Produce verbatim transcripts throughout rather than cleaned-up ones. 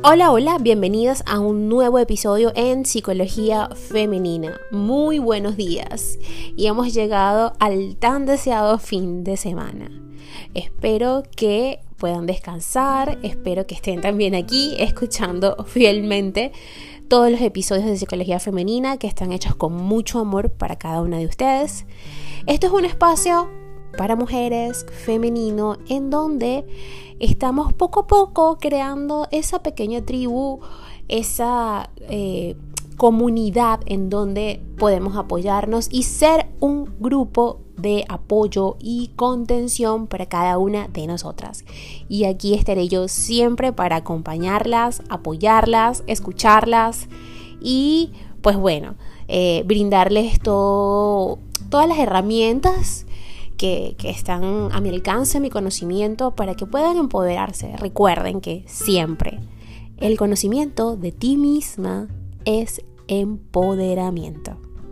Hola, hola, bienvenidas a un nuevo episodio en Psicología Femenina. Muy buenos días y hemos llegado al tan deseado fin de semana. Espero que puedan descansar, espero que estén también aquí escuchando fielmente todos los episodios de Psicología Femenina que están hechos con mucho amor para cada una de ustedes. Esto es un espacio para mujeres, femenino, en donde estamos poco a poco creando esa pequeña tribu, esa eh, comunidad en donde podemos apoyarnos y ser un grupo de apoyo y contención para cada una de nosotras. Y aquí estaré yo siempre para acompañarlas, apoyarlas, escucharlas y pues bueno, eh, brindarles todo, todas las herramientas Que, que están a mi alcance, mi conocimiento, para que puedan empoderarse. Recuerden que siempre el conocimiento de ti misma es empoderamiento.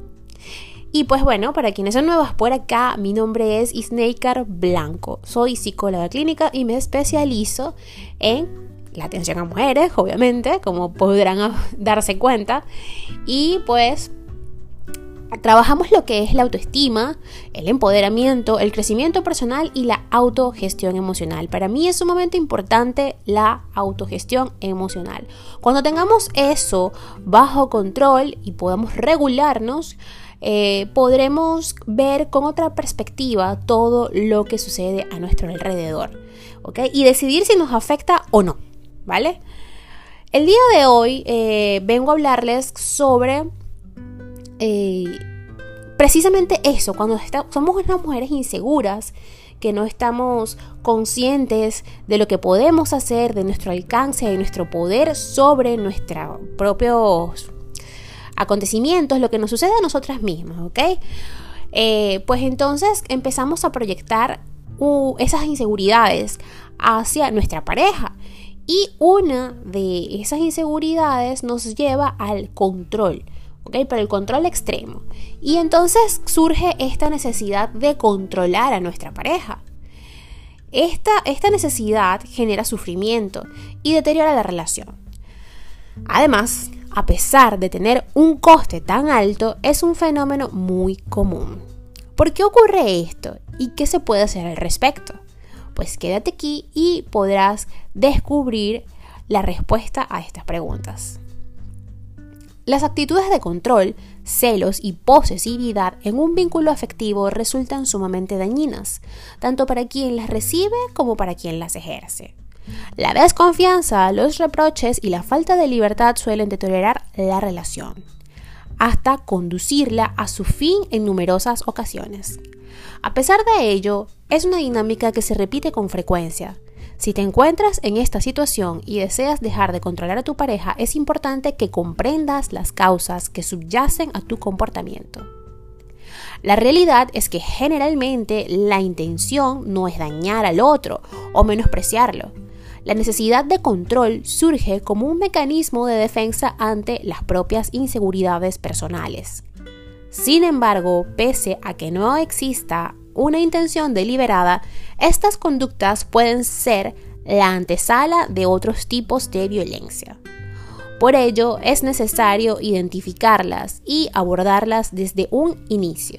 Y pues bueno, para quienes son nuevas por acá, mi nombre es Isneikar Blanco. Soy psicóloga clínica y me especializo en la atención a mujeres, obviamente, como podrán darse cuenta. Y pues trabajamos lo que es la autoestima, el empoderamiento, el crecimiento personal y la autogestión emocional. Para mí es sumamente importante la autogestión emocional. Cuando tengamos eso bajo control y podamos regularnos, eh, podremos ver con otra perspectiva todo lo que sucede a nuestro alrededor, ¿ok? Y decidir si nos afecta o no, ¿vale? El día de hoy eh, vengo a hablarles sobre Eh, precisamente eso, cuando está, somos unas mujeres inseguras, que no estamos conscientes de lo que podemos hacer, de nuestro alcance, de nuestro poder sobre nuestros propios acontecimientos, lo que nos sucede a nosotras mismas, ¿ok? Eh, pues entonces empezamos a proyectar uh, esas inseguridades hacia nuestra pareja. Y una de esas inseguridades nos lleva al control. Okay, pero el control extremo. Y entonces surge esta necesidad de controlar a nuestra pareja. Esta, esta necesidad genera sufrimiento y deteriora la relación. Además, a pesar de tener un coste tan alto, es un fenómeno muy común. ¿Por qué ocurre esto? ¿Y qué se puede hacer al respecto? Pues quédate aquí y podrás descubrir la respuesta a estas preguntas. Las actitudes de control, celos y posesividad en un vínculo afectivo resultan sumamente dañinas, tanto para quien las recibe como para quien las ejerce. La desconfianza, los reproches y la falta de libertad suelen deteriorar la relación, hasta conducirla a su fin en numerosas ocasiones. A pesar de ello, es una dinámica que se repite con frecuencia. Si te encuentras en esta situación y deseas dejar de controlar a tu pareja, es importante que comprendas las causas que subyacen a tu comportamiento. La realidad es que generalmente la intención no es dañar al otro o menospreciarlo. La necesidad de control surge como un mecanismo de defensa ante las propias inseguridades personales. Sin embargo, pese a que no exista una intención deliberada, estas conductas pueden ser la antesala de otros tipos de violencia. Por ello, es necesario identificarlas y abordarlas desde un inicio.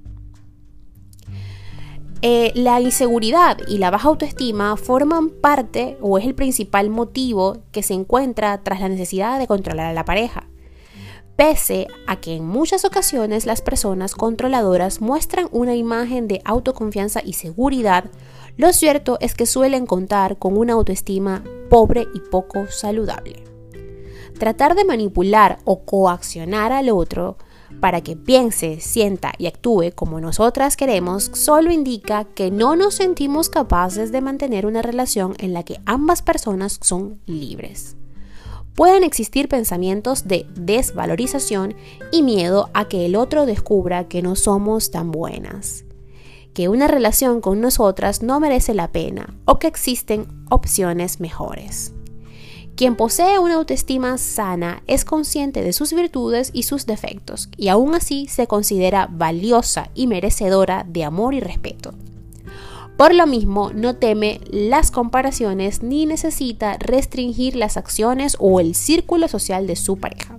Eh, la inseguridad y la baja autoestima forman parte o es el principal motivo que se encuentra tras la necesidad de controlar a la pareja. Pese a que en muchas ocasiones las personas controladoras muestran una imagen de autoconfianza y seguridad, lo cierto es que suelen contar con una autoestima pobre y poco saludable. Tratar de manipular o coaccionar al otro para que piense, sienta y actúe como nosotras queremos solo indica que no nos sentimos capaces de mantener una relación en la que ambas personas son libres. Pueden existir pensamientos de desvalorización y miedo a que el otro descubra que no somos tan buenas, que una relación con nosotras no merece la pena o que existen opciones mejores. Quien posee una autoestima sana es consciente de sus virtudes y sus defectos y aún así se considera valiosa y merecedora de amor y respeto. Por lo mismo, no teme las comparaciones ni necesita restringir las acciones o el círculo social de su pareja.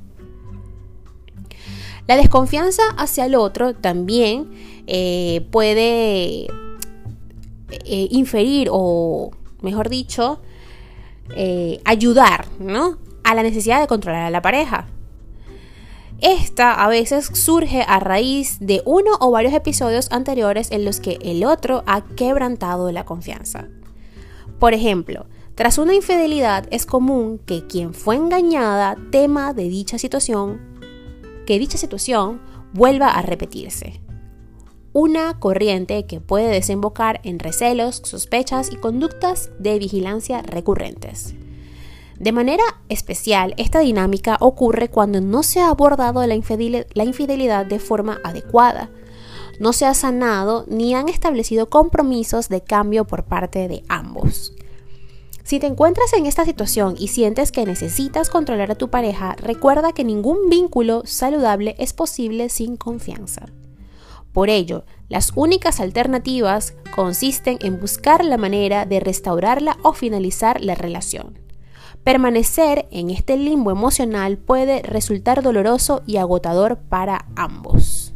La desconfianza hacia el otro también eh, puede eh, inferir o, mejor dicho, eh, ayudar, ¿no?, a la necesidad de controlar a la pareja. Esta a veces surge a raíz de uno o varios episodios anteriores en los que el otro ha quebrantado la confianza. Por ejemplo, tras una infidelidad es común que quien fue engañada tema de dicha situación, que dicha situación vuelva a repetirse. Una corriente que puede desembocar en recelos, sospechas y conductas de vigilancia recurrentes. De manera especial, esta dinámica ocurre cuando no se ha abordado la infidelidad de forma adecuada, no se ha sanado ni han establecido compromisos de cambio por parte de ambos. Si te encuentras en esta situación y sientes que necesitas controlar a tu pareja, recuerda que ningún vínculo saludable es posible sin confianza. Por ello, las únicas alternativas consisten en buscar la manera de restaurarla o finalizar la relación. Permanecer en este limbo emocional puede resultar doloroso y agotador para ambos.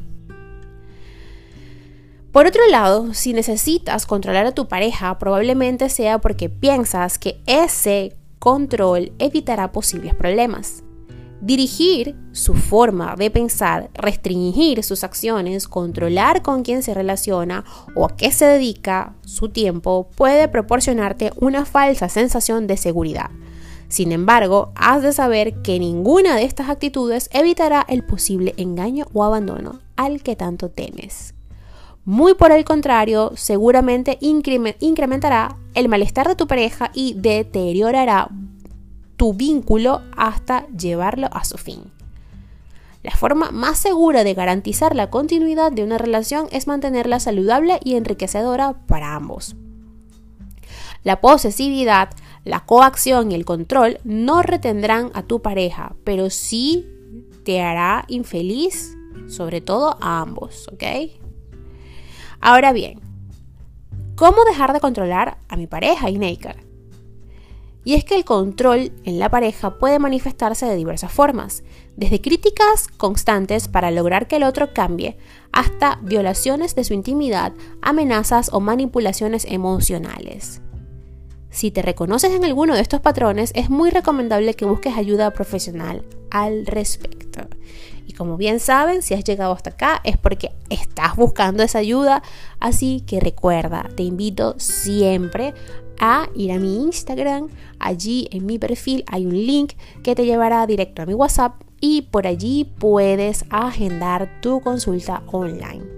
Por otro lado, si necesitas controlar a tu pareja, probablemente sea porque piensas que ese control evitará posibles problemas. Dirigir su forma de pensar, restringir sus acciones, controlar con quién se relaciona o a qué se dedica su tiempo puede proporcionarte una falsa sensación de seguridad. Sin embargo, has de saber que ninguna de estas actitudes evitará el posible engaño o abandono al que tanto temes. Muy por el contrario, seguramente incre- incrementará el malestar de tu pareja y deteriorará tu vínculo hasta llevarlo a su fin. La forma más segura de garantizar la continuidad de una relación es mantenerla saludable y enriquecedora para ambos. La posesividad, la coacción y el control no retendrán a tu pareja, pero sí te hará infeliz, sobre todo a ambos, ¿ok? Ahora bien, ¿cómo dejar de controlar a mi pareja, Ineikar? Y es que el control en la pareja puede manifestarse de diversas formas, desde críticas constantes para lograr que el otro cambie, hasta violaciones de su intimidad, amenazas o manipulaciones emocionales. Si te reconoces en alguno de estos patrones, es muy recomendable que busques ayuda profesional al respecto. Y como bien saben, si has llegado hasta acá es porque estás buscando esa ayuda, así que recuerda, te invito siempre a ir a mi Instagram. Allí en mi perfil hay un link que te llevará directo a mi WhatsApp y por allí puedes agendar tu consulta online.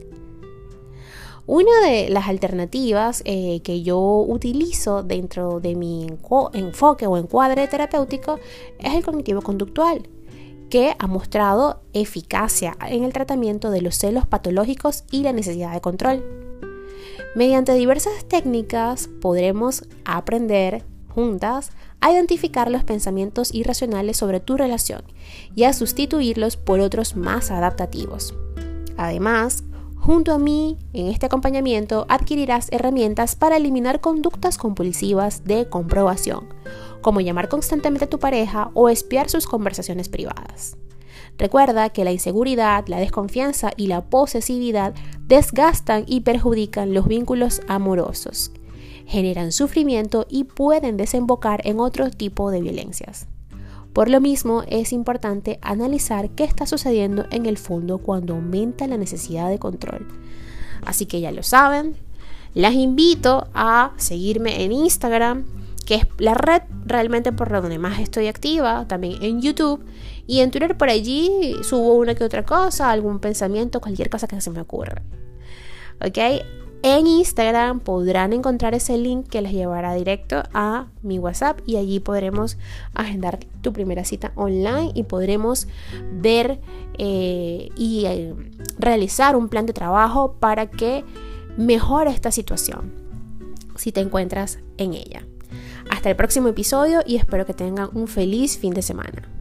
Una de las alternativas eh, que yo utilizo dentro de mi enco- enfoque o encuadre terapéutico es el cognitivo-conductual, que ha mostrado eficacia en el tratamiento de los celos patológicos y la necesidad de control. Mediante diversas técnicas podremos aprender juntas a identificar los pensamientos irracionales sobre tu relación y a sustituirlos por otros más adaptativos. Además, junto a mí, en este acompañamiento, adquirirás herramientas para eliminar conductas compulsivas de comprobación, como llamar constantemente a tu pareja o espiar sus conversaciones privadas. Recuerda que la inseguridad, la desconfianza y la posesividad desgastan y perjudican los vínculos amorosos, generan sufrimiento y pueden desembocar en otro tipo de violencias. Por lo mismo, es importante analizar qué está sucediendo en el fondo cuando aumenta la necesidad de control. Así que ya lo saben, las invito a seguirme en Instagram, que es la red realmente por donde más estoy activa, también en YouTube y en Twitter. Por allí subo una que otra cosa, algún pensamiento, cualquier cosa que se me ocurra. ¿Ok? En Instagram podrán encontrar ese link que les llevará directo a mi WhatsApp y allí podremos agendar tu primera cita online y podremos ver eh, y eh, realizar un plan de trabajo para que mejore esta situación si te encuentras en ella. Hasta el próximo episodio y espero que tengan un feliz fin de semana.